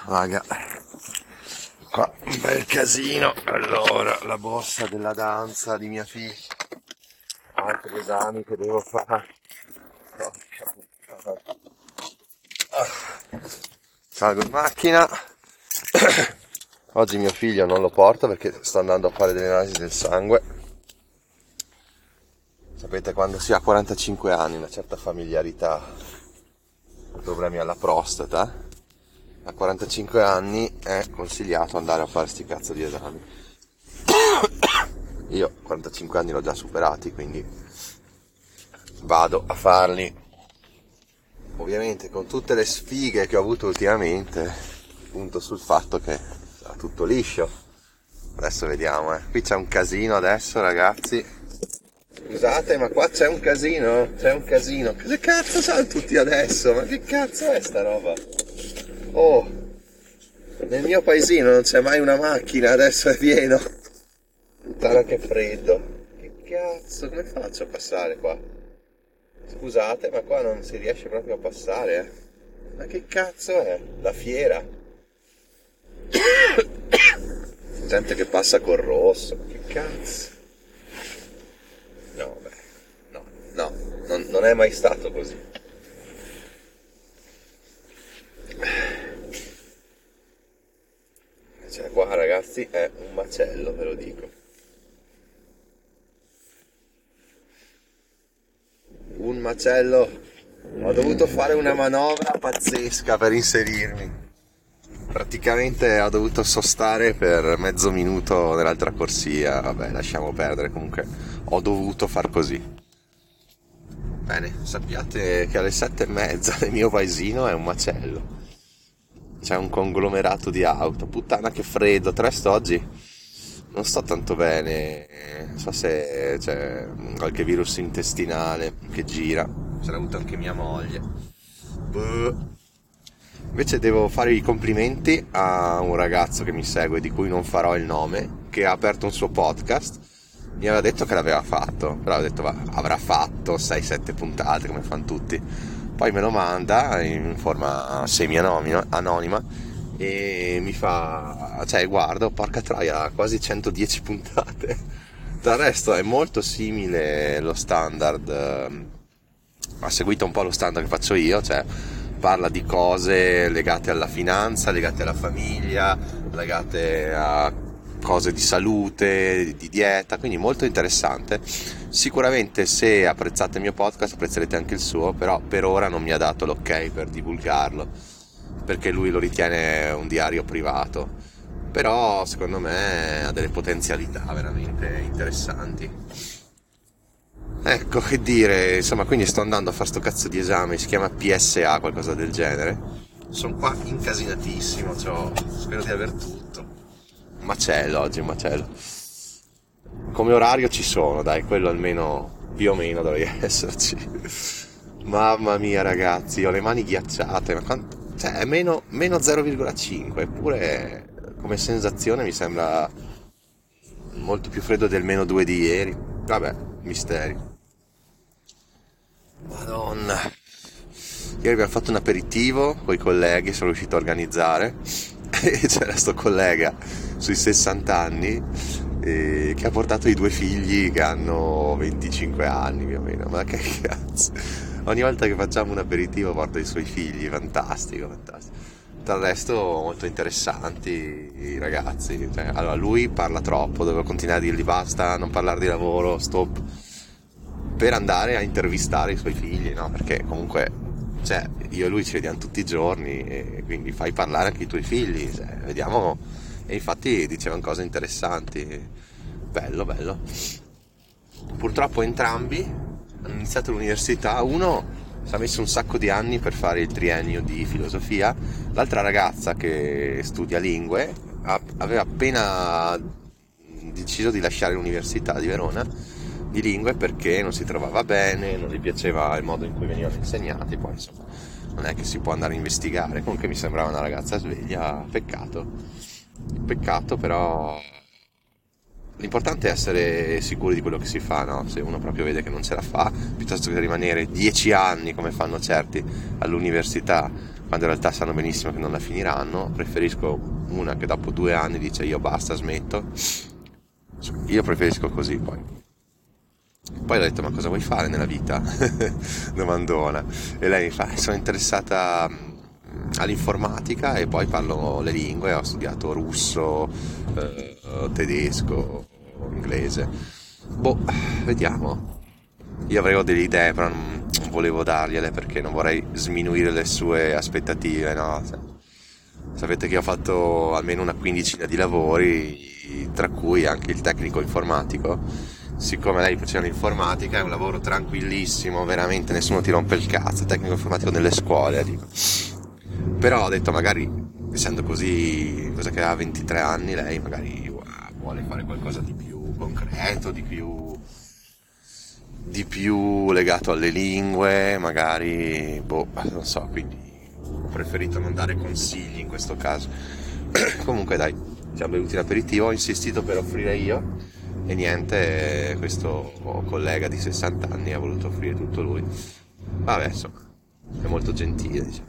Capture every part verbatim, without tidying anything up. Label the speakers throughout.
Speaker 1: raga, qua un bel casino. Allora, la borsa della danza di mia figlia, altri esami che devo fare. Salgo in macchina. Oggi mio figlio non lo porto perché sto andando a fare delle analisi del sangue. Sapete, quando si ha quarantacinque anni, una certa familiarità, problemi alla prostata, a quarantacinque anni è consigliato andare a fare sti cazzo di esami. Io quarantacinque anni l'ho già superati, quindi vado a farli. Ovviamente con tutte le sfighe che ho avuto ultimamente, punto sul fatto che sarà tutto liscio. Adesso vediamo, eh. Qui c'è un casino adesso, ragazzi. Scusate, ma qua c'è un casino, c'è un casino. Che cazzo sono tutti adesso? Ma che cazzo è sta roba? Oh, nel mio paesino non c'è mai una macchina, adesso è pieno. Puttana che freddo. Che cazzo, come faccio a passare qua? Scusate, ma qua non si riesce proprio a passare, eh. Ma che cazzo è? La fiera? Gente che passa col rosso. Che cazzo? No, beh, no, no, non, non è mai stato così. Cioè, qua ragazzi è un macello, ve lo dico. Un macello. Ho dovuto fare una manovra pazzesca per inserirmi. Praticamente ho dovuto sostare per mezzo minuto nell'altra corsia. Vabbè, lasciamo perdere, comunque ho dovuto far così. Bene, sappiate che alle sette e mezza nel mio paesino è un macello. C'è un conglomerato di auto. Puttana che freddo. Tra l'altro oggi non sto tanto bene. Non so se c'è qualche virus intestinale che gira. Ce l'ha avuto anche mia moglie. Buh. Invece devo fare i complimenti a un ragazzo che mi segue, di cui non farò il nome, che ha aperto un suo podcast. Mi aveva detto che l'aveva fatto, però ho detto va, avrà fatto sei sette puntate come fanno tutti. Poi me lo manda in forma semi-anonima anonima, e mi fa, cioè guardo, porca troia, quasi centodieci puntate. Del resto è molto simile lo standard, ha seguito un po' lo standard che faccio io, cioè parla di cose legate alla finanza, legate alla famiglia, legate a cose di salute, di dieta, quindi molto interessante. Sicuramente se apprezzate il mio podcast apprezzerete anche il suo, però per ora non mi ha dato l'ok per divulgarlo, perché lui lo ritiene un diario privato, però secondo me ha delle potenzialità veramente interessanti. Ecco, che dire, insomma, quindi sto andando a fare sto cazzo di esame, si chiama P S A, qualcosa del genere. Sono qua incasinatissimo, cioè, spero di aver tutto. Un macello oggi, un macello. Come orario ci sono, dai, quello almeno più o meno dovrei esserci. Mamma mia ragazzi, ho le mani ghiacciate, ma quanto, cioè è meno, meno zero virgola cinque, eppure come sensazione mi sembra molto più freddo del meno due di ieri. Vabbè, misteri. Madonna. Ieri abbiamo fatto un aperitivo con i colleghi, sono riuscito a organizzare, e c'era sto collega sui sessanta anni eh, che ha portato i due figli che hanno venticinque anni più o meno. Ma che cazzo, ogni volta che facciamo un aperitivo porta i suoi figli, fantastico, fantastico. Tra il resto molto interessanti i ragazzi, cioè, allora lui parla troppo, devo continuare a dirgli basta, non parlare di lavoro, stop, per andare a intervistare i suoi figli, no? Perché comunque, cioè, io e lui ci vediamo tutti i giorni, e quindi fai parlare anche i tuoi figli, cioè, vediamo. E infatti dicevano cose interessanti. Bello, bello. Purtroppo entrambi hanno iniziato l'università. Uno ci ha messo un sacco di anni per fare il triennio di filosofia, l'altra ragazza che studia lingue aveva appena deciso di lasciare l'università di Verona di lingue perché non si trovava bene, non gli piaceva il modo in cui venivano insegnati. Poi insomma non è che si può andare a investigare. Comunque mi sembrava una ragazza sveglia. Peccato peccato però l'importante è essere sicuri di quello che si fa, no? Se uno proprio vede che non ce la fa, piuttosto che rimanere dieci anni come fanno certi all'università quando in realtà sanno benissimo che non la finiranno. Preferisco una che dopo due anni dice io basta, smetto. Io preferisco così. Poi poi ho detto ma cosa vuoi fare nella vita? Domandona. E lei mi fa sono interessata all'informatica e poi parlo le lingue, ho studiato russo, eh, tedesco, inglese. Boh, vediamo. Io avevo delle idee però non, non volevo dargliele perché non vorrei sminuire le sue aspettative, no? Sapete che ho fatto almeno una quindicina di lavori, tra cui anche il tecnico informatico. Siccome lei faceva l'informatica, è un lavoro tranquillissimo, veramente nessuno ti rompe il cazzo, tecnico informatico nelle scuole, dico. Però ho detto magari, essendo così, cosa che ha ventitré anni lei, magari wow, vuole fare qualcosa di più concreto, di più di più legato alle lingue, magari, boh, non so, quindi ho preferito non dare consigli in questo caso. Comunque dai, ci abbiamo bevuto l'aperitivo, ho insistito per offrire io e niente, questo collega di sessanta anni ha voluto offrire tutto lui. Vabbè, insomma, è molto gentile, diciamo.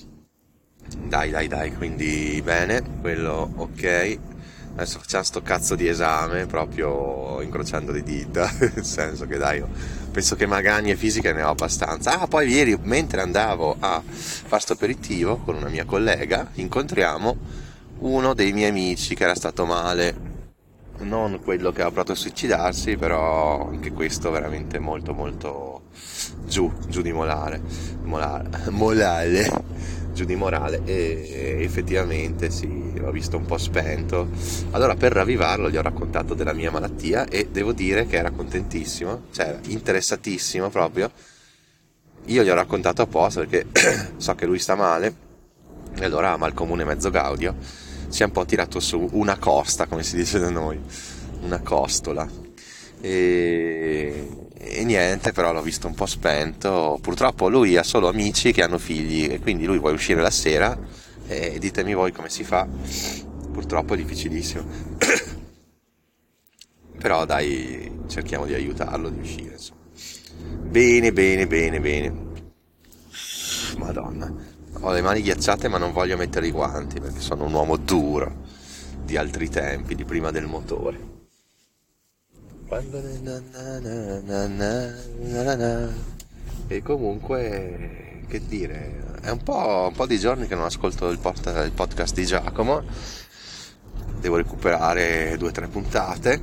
Speaker 1: Dai, dai, dai, quindi bene, quello ok. Adesso facciamo sto cazzo di esame proprio incrociando le dita, nel senso che dai, io penso che magagne fisiche ne ho abbastanza. Ah, poi ieri mentre andavo a fare sto aperitivo con una mia collega incontriamo uno dei miei amici che era stato male, non quello che ha provato a suicidarsi, però anche questo veramente molto molto giù, giù di molare, molare, molare. giù di morale e effettivamente sì, l'ho visto un po' spento. Allora per ravvivarlo gli ho raccontato della mia malattia e devo dire che era contentissimo, cioè interessatissimo proprio. Io gli ho raccontato apposta perché so che lui sta male e allora ama il comune mezzo gaudio, si è un po' tirato su una costa, come si dice da noi, una costola. E, e niente, però l'ho visto un po' spento. Purtroppo lui ha solo amici che hanno figli e quindi lui vuole uscire la sera e ditemi voi come si fa. Purtroppo è difficilissimo. Però dai, cerchiamo di aiutarlo di uscire, insomma. Bene, bene, bene, bene. Madonna, ho le mani ghiacciate ma non voglio mettere i guanti perché sono un uomo duro di altri tempi, di prima del motore. E comunque, che dire, è un po', un po' di giorni che non ascolto il, pod, il podcast di Giacomo, devo recuperare due o tre puntate.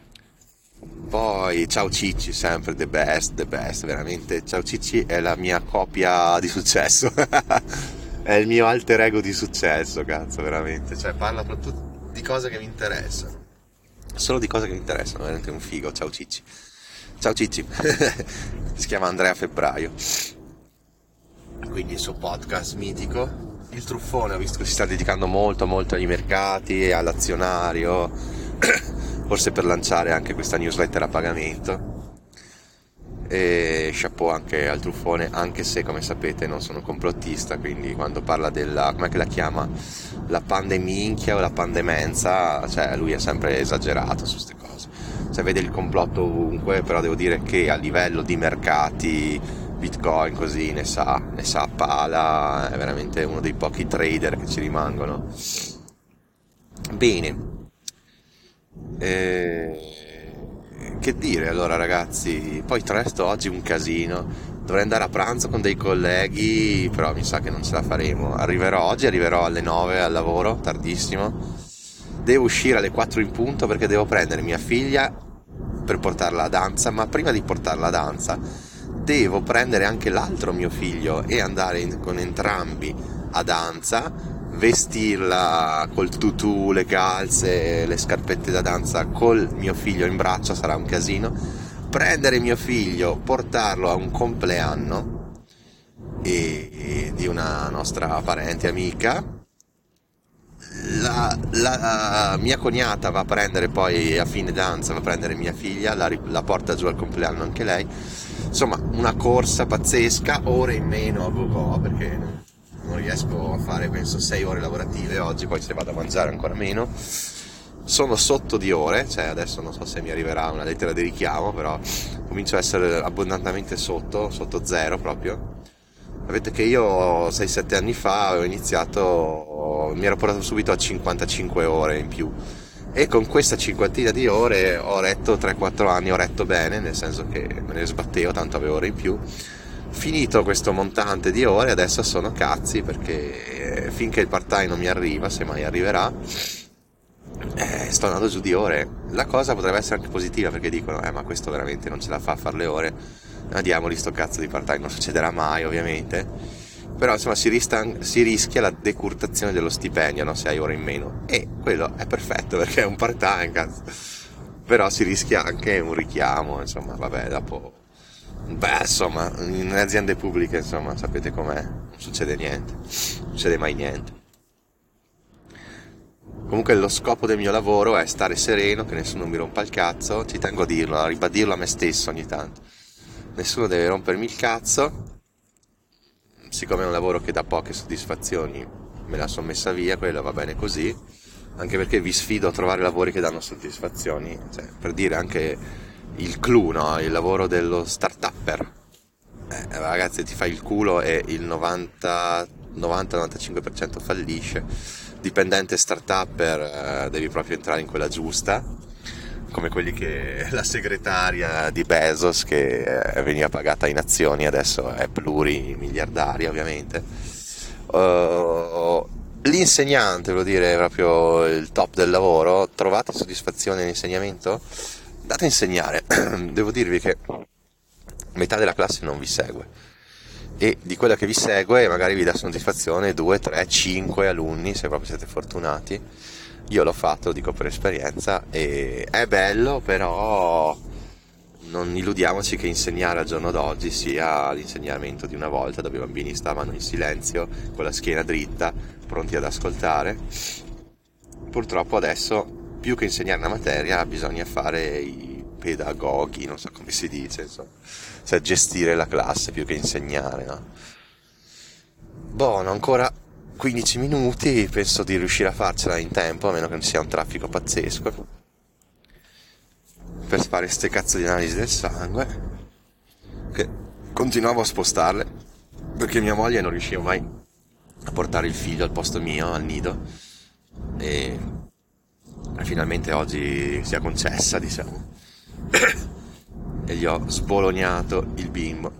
Speaker 1: Poi ciao Cicci, sempre the best, the best, veramente ciao Cicci è la mia copia di successo. È il mio alter ego di successo, cazzo, veramente, cioè parla proprio di cose che mi interessano. Solo di cose che mi interessano, veramente un figo. Ciao Cicci. Ciao Cicci. Si chiama Andrea Febbraio. Quindi il suo podcast mitico. Il truffone, ho visto che si sta dedicando molto molto ai mercati e all'azionario, forse per lanciare anche questa newsletter a pagamento. E chapeau anche al truffone, anche se come sapete non sono complottista, quindi quando parla della, com'è che la chiama, la pandeminchia o la pandemenza, cioè lui è sempre esagerato su queste cose, cioè vede il complotto ovunque, però devo dire che a livello di mercati Bitcoin così ne sa, ne sa a pala, è veramente uno dei pochi trader che ci rimangono. Bene, e... che dire allora ragazzi, poi tra l'altro oggi un casino, dovrei andare a pranzo con dei colleghi, però mi sa che non ce la faremo. Arriverò oggi, arriverò alle nove al lavoro, tardissimo, devo uscire alle quattro in punto perché devo prendere mia figlia per portarla a danza, ma prima di portarla a danza devo prendere anche l'altro mio figlio e andare in, con entrambi a danza, vestirla col tutù, le calze, le scarpette da danza col mio figlio in braccio, sarà un casino. Prendere mio figlio, portarlo a un compleanno e, e di una nostra parente amica. La, la mia cognata va a prendere poi a fine danza, va a prendere mia figlia, la, la porta giù al compleanno anche lei. Insomma, una corsa pazzesca, ore in meno a go-go perché non riesco a fare penso sei ore lavorative oggi, poi se vado a mangiare ancora meno. Sono sotto di ore, cioè adesso non so se mi arriverà una lettera di richiamo, però comincio a essere abbondantemente sotto, sotto zero proprio. Sapete che io sei sette anni fa ho iniziato, mi ero portato subito a cinquantacinque ore in più, e con questa cinquantina di ore ho retto tre quattro anni, ho retto bene, nel senso che me ne sbattevo, tanto avevo ore in più. Finito questo montante di ore, adesso sono cazzi, perché finché il part-time non mi arriva, se mai arriverà, eh, sto andando giù di ore. La cosa potrebbe essere anche positiva, perché dicono eh ma questo veramente non ce la fa a fare le ore, andiamoli sto cazzo di part-time. Non succederà mai, ovviamente, però insomma si, ristan- si rischia la decurtazione dello stipendio, no? Se hai ore in meno, e quello è perfetto perché è un part-time, cazzo. Però si rischia anche un richiamo, insomma, vabbè, dopo, beh, insomma, in aziende pubbliche, insomma, sapete com'è, non succede niente, non succede mai niente. Comunque lo scopo del mio lavoro è stare sereno, che nessuno mi rompa il cazzo, ci tengo a dirlo, a ribadirlo a me stesso ogni tanto. Nessuno deve rompermi il cazzo, siccome è un lavoro che dà poche soddisfazioni, me la sono messa via, quello va bene così, anche perché vi sfido a trovare lavori che danno soddisfazioni, cioè, per dire anche il clou, no? Il lavoro dello start-upper. Eh, ragazzi, ti fai il culo e il novanta novantacinque per cento fallisce. Dipendente start-upper, eh, devi proprio entrare in quella giusta, come quelli che la segretaria di Bezos, che eh, veniva pagata in azioni, adesso è plurimiliardaria, ovviamente. Uh, l'insegnante, voglio dire, proprio il top del lavoro. Trovate soddisfazione nell'insegnamento? Andate a insegnare. Devo dirvi che metà della classe non vi segue, e di quella che vi segue magari vi dà soddisfazione due, tre, cinque alunni, se proprio siete fortunati. Io l'ho fatto, lo dico per esperienza, e è bello, però non illudiamoci che insegnare al giorno d'oggi sia l'insegnamento di una volta, dove i bambini stavano in silenzio, con la schiena dritta, pronti ad ascoltare. Purtroppo adesso, più che insegnare una materia, bisogna fare i pedagoghi, non so come si dice, insomma, cioè gestire la classe più che insegnare, no? Buono, ancora quindici minuti, penso di riuscire a farcela in tempo, a meno che non sia un traffico pazzesco, per fare ste cazzo di analisi del sangue, che continuavo a spostarle, perché mia moglie non riusciva mai a portare il figlio al posto mio, al nido, e finalmente oggi si è concessa, diciamo, e gli ho sbolognato il bimbo.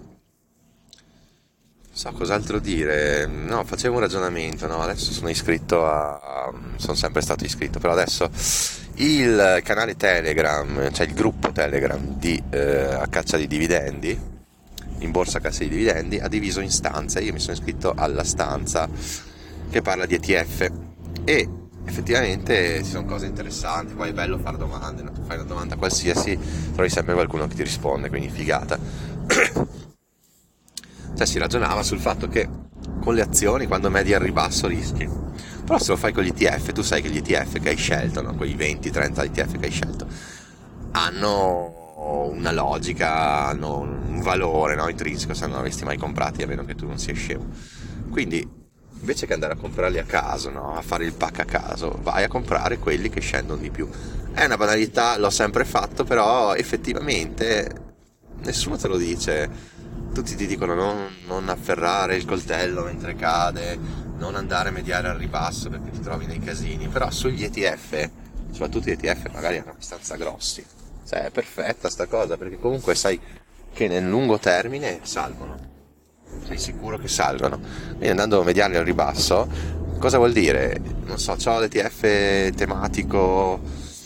Speaker 1: So cos'altro dire. No, facevo un ragionamento, no? Adesso sono iscritto a... sono sempre stato iscritto, però adesso il canale Telegram, cioè il gruppo Telegram di eh, a caccia di dividendi, in borsa a caccia di dividendi, ha diviso in stanze. Io mi sono iscritto alla stanza che parla di E T F, e effettivamente ci sono cose interessanti. Poi è bello fare domande, no? Tu fai una domanda qualsiasi, trovi sempre qualcuno che ti risponde, quindi figata. Cioè si ragionava sul fatto che con le azioni, quando medi al ribasso, rischi, però se lo fai con gli E T F, tu sai che gli E T F che hai scelto, no? Quei venti trenta E T F che hai scelto, hanno una logica, hanno un valore, no? Intrinseco, se non avresti mai comprati, a meno che tu non sia scemo. Quindi invece che andare a comprarli a caso, no? A fare il pack a caso, vai a comprare quelli che scendono di più. È una banalità, l'ho sempre fatto, però effettivamente nessuno te lo dice. Tutti ti dicono non, non afferrare il coltello mentre cade, non andare a mediare al ribasso perché ti trovi nei casini, però sugli E T F, soprattutto gli E T F magari erano abbastanza grossi, cioè è perfetta sta cosa, perché comunque sai che nel lungo termine salgono, sei sicuro che salgono. Quindi andando a mediarli al ribasso, cosa vuol dire? Non so, c'ho l'E T F tematico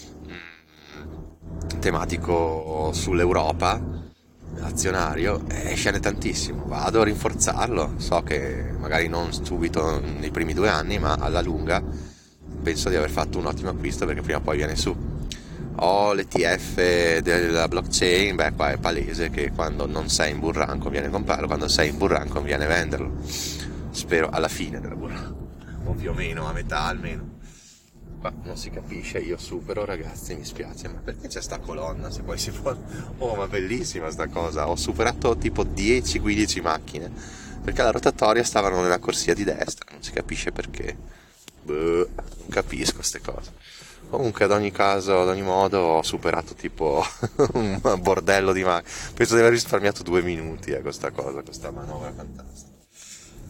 Speaker 1: tematico sull'Europa, azionario, e scende tantissimo, vado a rinforzarlo. So che magari non subito nei primi due anni, ma alla lunga penso di aver fatto un ottimo acquisto, perché prima o poi viene su. Ho l'E T F della blockchain, beh qua è palese che quando non sei in bull run conviene comprarlo, quando sei in bull run conviene venderlo, spero alla fine della bull run, o più o meno a metà almeno. Qua non si capisce, io supero, ragazzi, mi spiace, ma perché c'è sta colonna, se poi si può... Oh, ma bellissima sta cosa, ho superato tipo dieci quindici macchine, perché alla rotatoria stavano nella corsia di destra, non si capisce perché. Boh, non capisco queste cose. Comunque ad ogni caso, ad ogni modo, ho superato tipo un bordello di macchine, penso di aver risparmiato due minuti a eh, questa cosa, questa manovra fantastica.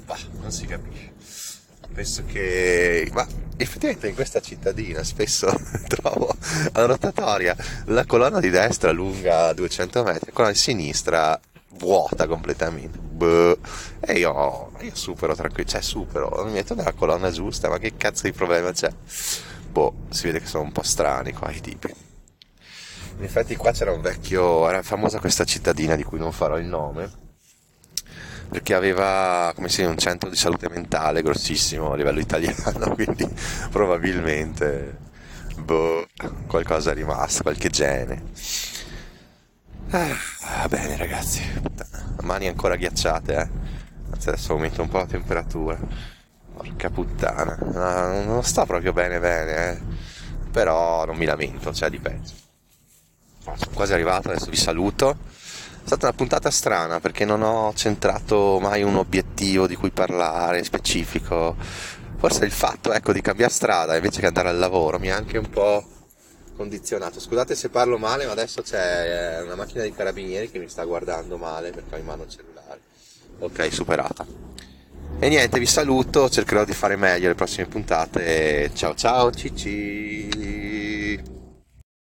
Speaker 1: bah, non si capisce. Penso che, ma effettivamente in questa cittadina spesso trovo alla rotatoria la colonna di destra lunga duecento metri, la colonna di sinistra vuota completamente. Boh. E io, io supero tranquillo, cioè supero, mi metto nella colonna giusta, ma che cazzo di problema c'è? Boh, si vede che sono un po' strani qua i tipi. In effetti qua c'era un vecchio, era famosa questa cittadina di cui non farò il nome, perché aveva, come si dice, un centro di salute mentale grossissimo a livello italiano, quindi probabilmente, boh, qualcosa è rimasto, qualche gene. Ah, va bene ragazzi, puttana, mani ancora ghiacciate, eh. Anzi, adesso aumento un po' la temperatura. Porca puttana, no, non sto proprio bene bene, eh. Però non mi lamento, cioè di peggio. Sono quasi arrivato, adesso vi saluto. È stata una puntata strana perché non ho centrato mai un obiettivo di cui parlare specifico. Forse il fatto, ecco, di cambiare strada invece che andare al lavoro mi ha anche un po' condizionato. Scusate se parlo male, ma adesso c'è una macchina di carabinieri che mi sta guardando male perché ho in mano il cellulare. Ok, superata. E niente, vi saluto, cercherò di fare meglio le prossime puntate. Ciao ciao, cici.